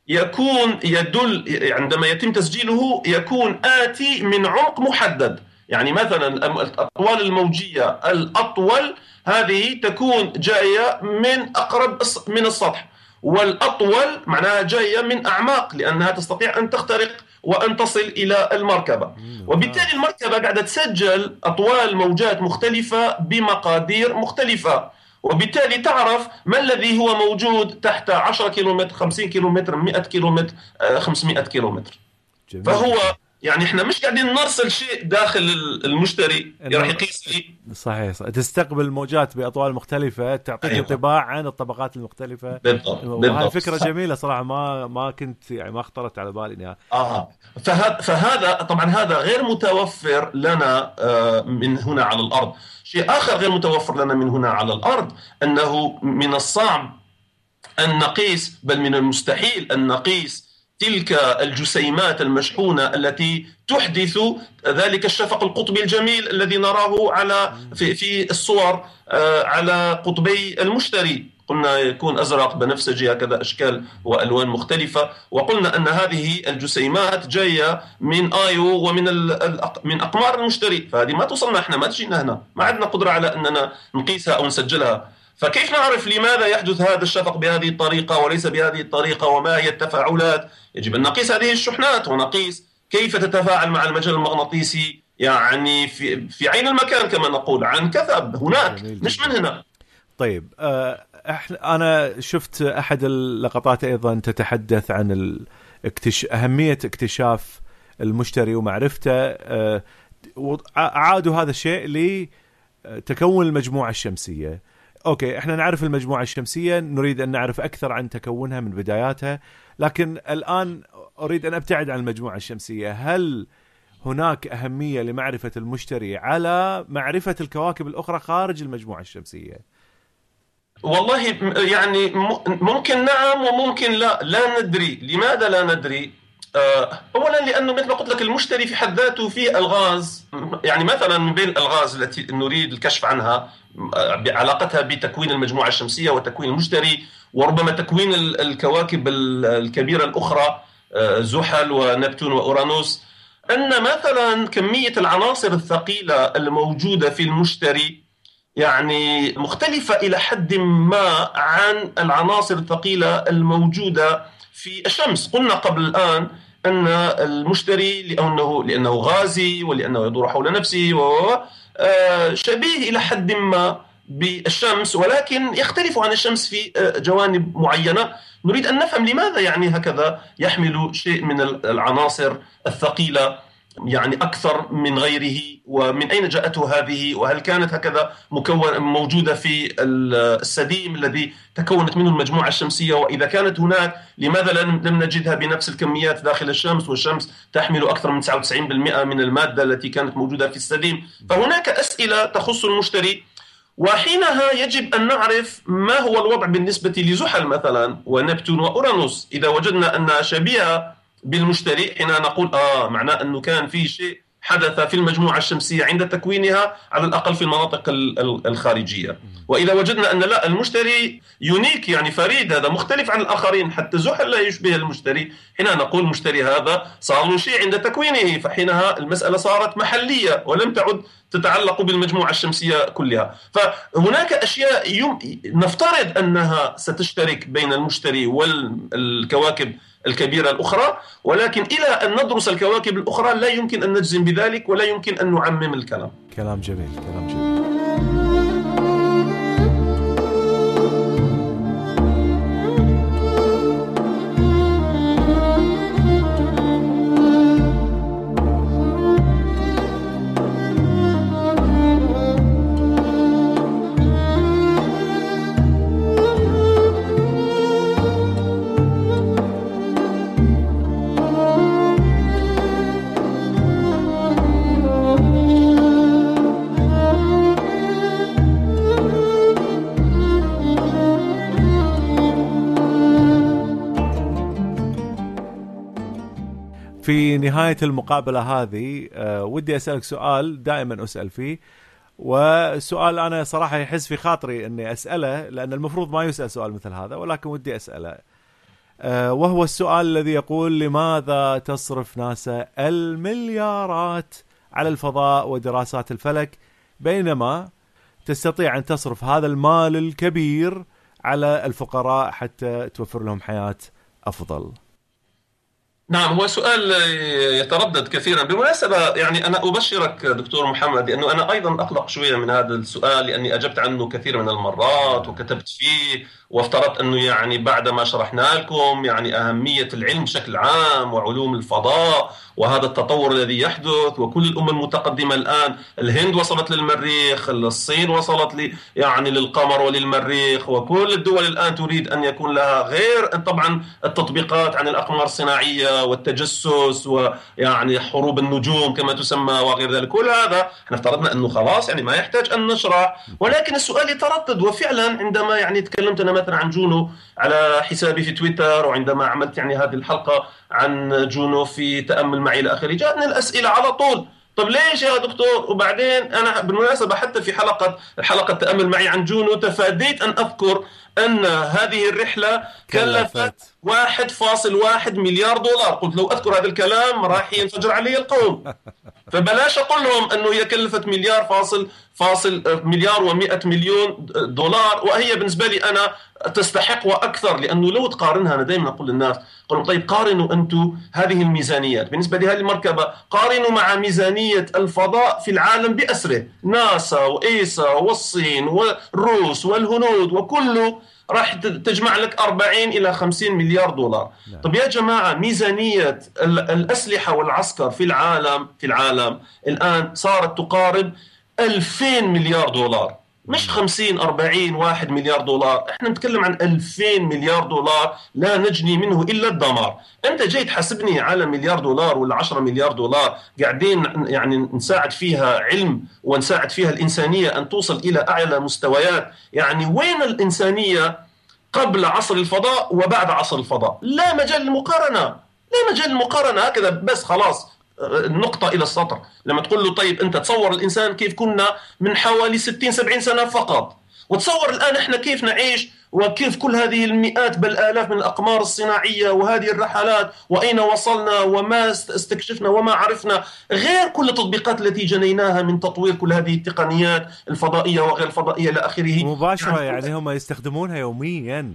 يكون يدل عندما يتم تسجيله يكون آتي من عمق محدد. يعني مثلا الأطوال الموجية الأطول هذه تكون جاية من أقرب من السطح، والأطول معناها جاية من أعماق، لأنها تستطيع أن تخترق وأن تصل إلى المركبة. وبالتالي المركبة قاعدة تسجل أطوال موجات مختلفة بمقادير مختلفة، وبالتالي تعرف ما الذي هو موجود تحت عشرة كيلومتر، خمسين كيلومتر، مئة كيلومتر، خمسمائة كيلومتر. جميل. فهو يعني احنا مش قاعدين نرسل شيء داخل المشتري راح يقيس لي. صحيح, صحيح. تستقبل موجات بأطوال مختلفة تعطيك أيوة. انطباع عن الطبقات المختلفة. بالضبط. وهذه فكرة جميلة صراحة، ما ما كنت يعني ما خطرت على بالي انها اه فهذا فهذا طبعا هذا غير متوفر لنا من هنا على الأرض. شيء آخر غير متوفر لنا من هنا على الأرض أنه من الصعب أن نقيس، بل من المستحيل أن نقيس تلك الجسيمات المشحونة التي تحدث ذلك الشفق القطبي الجميل الذي نراه على في في الصور على قطبي المشتري. قلنا يكون أزرق، بنفسجي، هكذا أشكال وألوان مختلفة. وقلنا أن هذه الجسيمات جاية من آيو ومن من أقمار المشتري، فهذه ما توصلنا، إحنا ما تجينا هنا، ما عندنا قدرة على أننا نقيسها أو نسجلها. فكيف نعرف لماذا يحدث هذا الشفق بهذه الطريقة وليس بهذه الطريقة، وما هي التفاعلات؟ يجب أن نقيس هذه الشحنات ونقيس كيف تتفاعل مع المجال المغناطيسي، يعني في في عين المكان كما نقول، عن كثب هناك مش من هنا. طيب احنا انا شفت احد اللقطات ايضا تتحدث عن الاكتش... اهميه اكتشاف المشتري ومعرفته. عادوا هذا الشيء لتكون المجموعه الشمسيه. اوكي احنا نعرف المجموعه الشمسيه، نريد ان نعرف اكثر عن تكونها من بداياتها، لكن الان اريد ان ابتعد عن المجموعه الشمسيه. هل هناك أهمية لمعرفة المشتري على معرفة الكواكب الأخرى خارج المجموعة الشمسية؟ والله يعني ممكن نعم وممكن لا، لا ندري. لماذا لا ندري؟ أولا لأنه مثل ما قلت لك المشتري في حد ذاته فيه ألغاز، يعني مثلا من بين الألغاز التي نريد الكشف عنها بعلاقتها بتكوين المجموعة الشمسية وتكوين المشتري، وربما تكوين الكواكب الكبيرة الأخرى زحل ونبتون وأورانوس، أن مثلا كمية العناصر الثقيلة الموجودة في المشتري يعني مختلفة إلى حد ما عن العناصر الثقيلة الموجودة في الشمس. قلنا قبل الآن أن المشتري لأنه, لأنه غازي ولأنه يدور حول نفسه شبيه إلى حد ما بالشمس، ولكن يختلف عن الشمس في جوانب معينة. نريد أن نفهم لماذا يعني هكذا يحمل شيء من العناصر الثقيلة يعني أكثر من غيره، ومن أين جاءته هذه، وهل كانت هكذا مكون موجودة في السديم الذي تكونت منه المجموعة الشمسية، وإذا كانت هناك لماذا لم نجدها بنفس الكميات داخل الشمس، والشمس تحمل أكثر من تسعة وتسعين بالمئة من المادة التي كانت موجودة في السديم. فهناك أسئلة تخص المشتري، وحينها يجب أن نعرف ما هو الوضع بالنسبة لزحل مثلا ونبتون وأورانوس. إذا وجدنا أنها شبيهة بالمشتري حين نقول آه معناه أنه كان في شيء حدث في المجموعة الشمسية عند تكوينها على الأقل في المناطق الخارجية. وإذا وجدنا أن لا، المشتري يونيك يعني فريد، هذا مختلف عن الآخرين، حتى زحل لا يشبه المشتري، حين نقول المشتري هذا صار له شيء عند تكوينه، فحينها المسألة صارت محلية ولم تعد تتعلق بالمجموعة الشمسية كلها. فهناك أشياء يم... نفترض أنها ستشترك بين المشتري والكواكب الكبيرة الأخرى، ولكن إلى أن ندرس الكواكب الأخرى لا يمكن أن نجزم بذلك ولا يمكن أن نعمم الكلام. كلام جميل، كلام جميل. في نهاية المقابلة هذه أه ودي أسألك سؤال دائما أسأل فيه، والسؤال أنا صراحة يحس في خاطري أني أسأله لأن المفروض ما يسأل سؤال مثل هذا، ولكن ودي أسأله أه وهو السؤال الذي يقول: لماذا تصرف ناسا المليارات على الفضاء ودراسات الفلك بينما تستطيع أن تصرف هذا المال الكبير على الفقراء حتى توفر لهم حياة أفضل؟ نعم، هو سؤال يتردد كثيرا. بالمناسبة يعني أنا أبشرك دكتور محمد لأنه أنا أيضا أقلق شوية من هذا السؤال، لأني أجبت عنه كثير من المرات وكتبت فيه، وافترضت أنه يعني بعد ما شرحنا لكم يعني أهمية العلم بشكل عام وعلوم الفضاء وهذا التطور الذي يحدث، وكل الأمم المتقدمة الآن، الهند وصلت للمريخ، الصين وصلت لي يعني للقمر وللمريخ، وكل الدول الآن تريد أن يكون لها غير طبعا التطبيقات عن الأقمار الصناعية والتجسس ويعني حروب النجوم كما تسمى وغير ذلك. كل هذا احنا افترضنا أنه خلاص يعني ما يحتاج أن نشرح، ولكن السؤال يتردد. وفعلا عندما يعني تكلمت أنا مثلا عن جونو على حسابي في تويتر، وعندما عملت يعني هذه الحلقة عن جونو في تأمل معي إلى آخره، جاءتني الأسئلة على طول: طب ليش يا دكتور؟ وبعدين أنا بالمناسبة حتى في حلقة الحلقة تأمل معي عن جونو تفاديت أن أذكر أن هذه الرحلة كلفت واحد فاصل واحد مليار دولار. قلت لو أذكر هذا الكلام راح ينفجر علي القوم، فبلاش أقول لهم أنه هي كلفت مليار فاصل فاصل مليار ومئة مليون دولار، وهي بالنسبة لي أنا تستحق وأكثر. لأنه لو تقارنها، أنا دائما أقول للناس، قلوا طيب قارنوا أنتم هذه الميزانيات بالنسبة لهذه المركبة، قارنوا مع ميزانية الفضاء في العالم بأسره، ناسا وإيسا والصين والروس والهنود وكله راح تجمع لك أربعين إلى خمسين مليار دولار. نعم. طب يا جماعة، ميزانية الأسلحة والعسكر في العالم في العالم الآن صارت تقارب ألفين مليار دولار، مش خمسين أربعين واحد مليار دولار، احنا نتكلم عن ألفين مليار دولار لا نجني منه إلا الدمار. انت جاي تحاسبني على مليار دولار ولا عشرة مليار دولار قاعدين يعني نساعد فيها علم ونساعد فيها الإنسانية أن توصل إلى أعلى مستويات. يعني وين الإنسانية قبل عصر الفضاء وبعد عصر الفضاء؟ لا مجال للمقارنة، لا مجال للمقارنة. هكذا بس خلاص نقطة إلى السطر. لما تقول له طيب أنت تصور الإنسان كيف كنا من حوالي ستين سبعين سنة فقط، وتصور الآن إحنا كيف نعيش، وكيف كل هذه المئات بل آلاف من الأقمار الصناعية وهذه الرحلات وأين وصلنا وما استكشفنا وما عرفنا، غير كل التطبيقات التي جنيناها من تطوير كل هذه التقنيات الفضائية وغير الفضائية إلى آخره. مباشرة يعني, يعني هم يستخدمونها يوميا.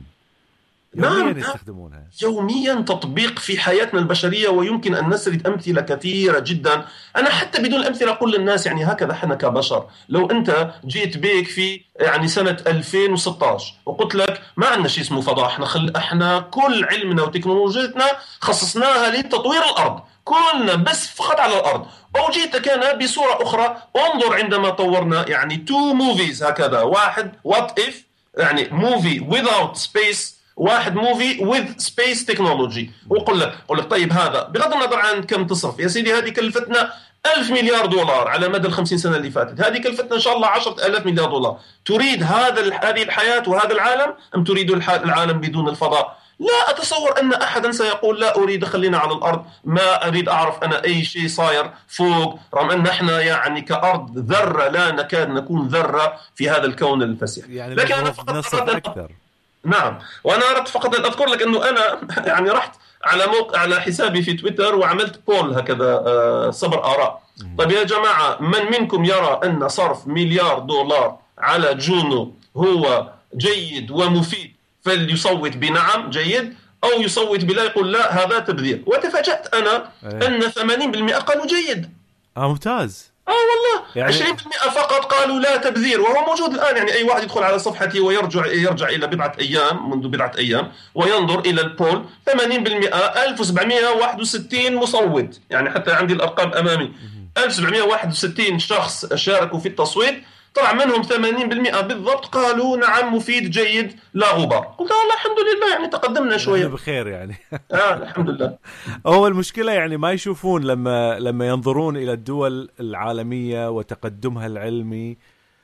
يوميا نعم يستخدمونها يوميا، تطبيق في حياتنا البشرية. ويمكن أن نسرد أمثلة كثيرة جدا. أنا حتى بدون الأمثلة أقول للناس يعني هكذا احنا كبشر، لو أنت جيت بيك في يعني سنة ألفين وستة عشر وقلت لك ما عندنا شيء اسمه فضاء، احنا خل... احنا كل علمنا وتكنولوجيتنا خصصناها لتطوير الأرض، كلنا بس فقط على الأرض. أو جيتك أنا بصورة أخرى، انظر عندما طورنا يعني تو موفيز هكذا، واحد what if يعني movie without space، واحد موفي with space technology. وقل لك قل لك طيب هذا بغض النظر عن كم تصرف يا سيدي، هذه كلفتنا ألف مليار دولار على مدى الخمسين سنة اللي فاتت، هذه كلفتنا إن شاء الله عشرة آلاف مليار دولار. تريد هذا هذه الحياة وهذا العالم أم تريد العالم بدون الفضاء؟ لا أتصور أن أحدا سيقول لا أريد، خلينا على الأرض، ما أريد أعرف أنا أي شيء صاير فوق، رغم أن احنا يعني كأرض ذرة لا نكاد نكون ذرة في هذا الكون الفسيح. يعني لكن أنا فقط أكثر. نعم. وأنا أردت فقط أن أذكر لك أنه أنا يعني رحت على موقع على حسابي في تويتر وعملت بول هكذا صبر آراء. طيب يا جماعة، من منكم يرى أن صرف مليار دولار على جونو هو جيد ومفيد فليصوت بنعم جيد، أو يصوت بلا يقول لا هذا تبذير؟ وتفاجأت أنا أن ثمانين بالمئة قالوا جيد. آه ممتاز. آه والله يعني عشرين بالمئة فقط قالوا لا تبذير، وهو موجود الآن. يعني أي واحد يدخل على صفحتي ويرجع يرجع إلى بضعة أيام منذ بضعة أيام وينظر إلى البول، ثمانين بالمئة ألف وسبعمئة وواحد وستين مصوت. يعني حتى عندي الأرقام أمامي، ألف وسبعمئة وواحد وستين شخص شاركوا في التصويت، طلع منهم ثمانين بالمئة بالضبط قالوا نعم مفيد جيد لا غبار. قلت الله الحمد لله، يعني تقدمنا شوية بخير يعني. آه الحمد لله. هو المشكلة يعني ما يشوفون لما لما ينظرون إلى الدول العالمية وتقدمها العلمي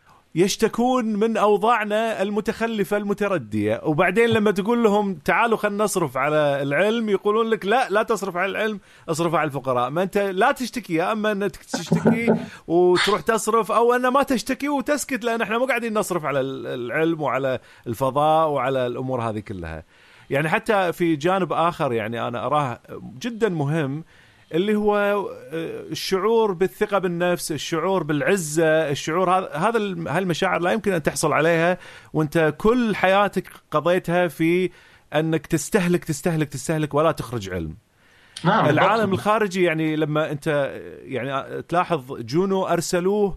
يشتكون من أوضاعنا المتخلفة المتردية، وبعدين لما تقول لهم تعالوا خلنا نصرف على العلم يقولون لك لا لا تصرف على العلم، اصرف على الفقراء. ما أنت لا تشتكي، يا أما أنك تشتكي وتروح تصرف، أو أن ما تشتكي وتسكت، لأن احنا مو قاعدين نصرف على العلم وعلى الفضاء وعلى الأمور هذه كلها. يعني حتى في جانب آخر يعني أنا أراه جدا مهم، اللي هو الشعور بالثقة بالنفس، الشعور بالعزة، الشعور هذا هذا هالمشاعر لا يمكن أن تحصل عليها وأنت كل حياتك قضيتها في أنك تستهلك تستهلك تستهلك ولا تخرج علم. نعم. العالم الخارجي يعني لما أنت يعني تلاحظ جونو أرسلوه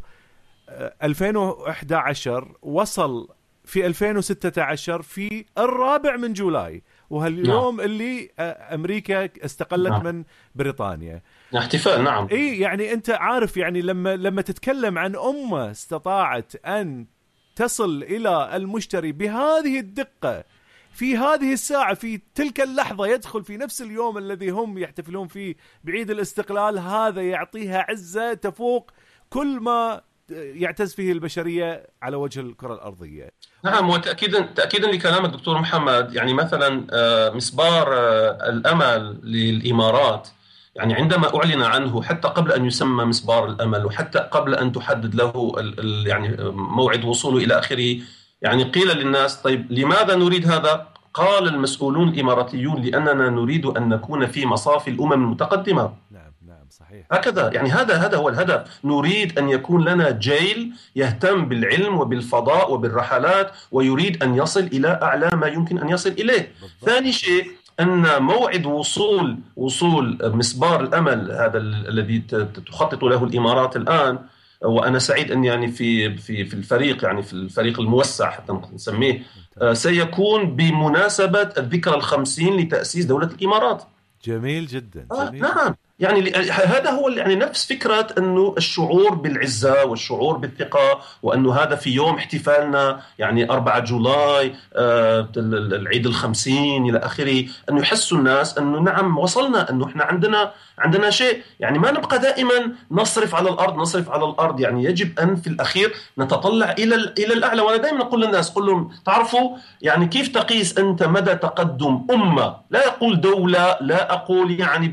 ألفين وإحدى عشر، وصل في ألفين وستة عشر في الرابع من جولاي، وهاليوم نعم. اللي أمريكا استقلت نعم. من بريطانيا احتفال. نعم. إيه يعني أنت عارف يعني لما لما تتكلم عن أمة استطاعت أن تصل إلى المشتري بهذه الدقة في هذه الساعة في تلك اللحظة، يدخل في نفس اليوم الذي هم يحتفلون فيه بعيد الاستقلال، هذا يعطيها عزة تفوق كل ما يعتز فيه البشرية على وجه الكرة الأرضية. نعم. وتأكيدا تأكيدا لكلامك دكتور محمد، يعني مثلا مسبار الأمل للإمارات، يعني عندما أعلن عنه حتى قبل أن يسمى مسبار الأمل وحتى قبل أن تحدد له يعني موعد وصوله إلى آخره، يعني قيل للناس طيب لماذا نريد هذا؟ قال المسؤولون الإماراتيون لأننا نريد أن نكون في مصاف الأمم المتقدمة. نعم نعم. صحيح. هكذا يعني هذا هذا هو الهدف. نريد أن يكون لنا جيل يهتم بالعلم وبالفضاء وبالرحلات ويريد أن يصل إلى أعلى ما يمكن أن يصل إليه. بالضبط. ثاني شيء أن موعد وصول وصول مسبار الأمل هذا الذي تخطط له الإمارات الآن، وأنا سعيد أن يعني في في في الفريق يعني في الفريق الموسع حتى نسميه، سيكون بمناسبة الذكرى الخمسين لتأسيس دولة الإمارات. جميل جدا. جميل. آه نعم يعني هذا هو يعني نفس فكرة أنه الشعور بالعزة والشعور بالثقة، وأنه هذا في يوم احتفالنا يعني أربعة جولاي آه العيد الخمسين إلى آخره، أنه يحسوا الناس أنه نعم وصلنا، أنه إحنا عندنا عندنا شيء، يعني ما نبقى دائما نصرف على الأرض نصرف على الأرض يعني يجب أن في الأخير نتطلع إلى إلى الأعلى. وأنا دائما أقول للناس، أقول لهم تعرفوا يعني كيف تقيس أنت مدى تقدم أمة، لا أقول دولة، لا أقول يعني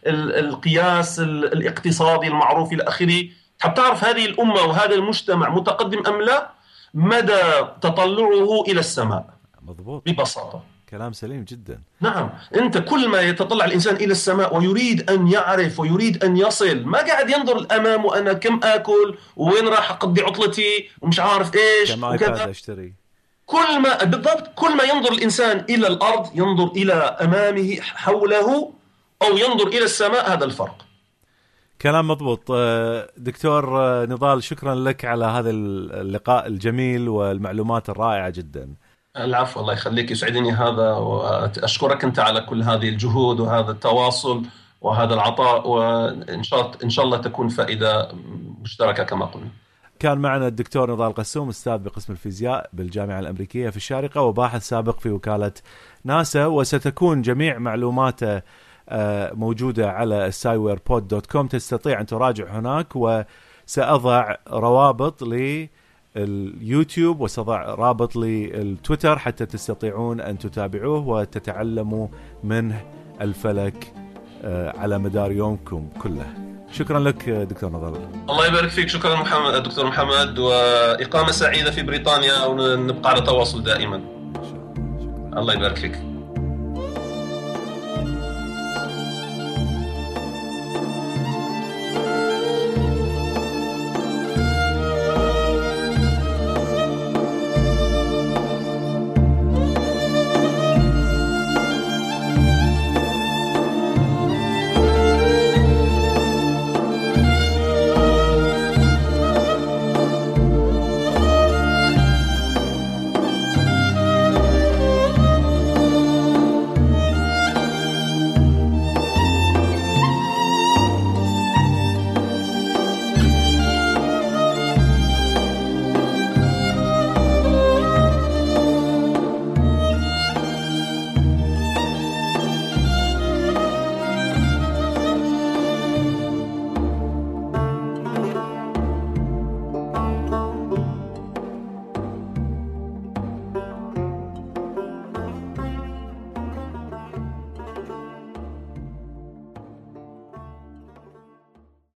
بالقياس الاقتصادي المعروف إلى آخره، حاب تعرف هذه الأمة وهذا المجتمع متقدم أم لا، مدى تطلعه إلى السماء. مضبوط. ببساطة كلام سليم جدا. نعم، أنت كل ما يتطلع الإنسان إلى السماء ويريد أن يعرف ويريد أن يصل، ما قاعد ينظر الأمام وأنا كم آكل وين راح أقضي عطلتي ومش عارف إيش كم آيباد أشتري. كل ما بالضبط كل ما ينظر الإنسان إلى الأرض ينظر إلى أمامه حوله أو ينظر إلى السماء، هذا الفرق. كلام مضبوط. دكتور نضال، شكرا لك على هذا اللقاء الجميل والمعلومات الرائعة جدا. العفو، الله يخليك، يسعدني هذا، وأشكرك أنت على كل هذه الجهود وهذا التواصل وهذا العطاء، وإن شاء إن شاء الله تكون فائدة مشتركة كما قلنا. كان معنا الدكتور نضال قسوم، أستاذ بقسم الفيزياء بالجامعة الأمريكية في الشارقة وباحث سابق في وكالة ناسا، وستكون جميع معلوماته موجودة على سايوير بود دوت كوم، تستطيع أن تراجع هناك، وسأضع روابط لليوتيوب وسأضع رابط للتويتر حتى تستطيعون أن تتابعوه وتتعلموا منه الفلك على مدار يومكم كله. شكرا لك دكتور نضال. الله يبارك فيك. شكرا محمد دكتور محمد، وإقامة سعيدة في بريطانيا، ونبقى على تواصل دائما. الله يبارك فيك.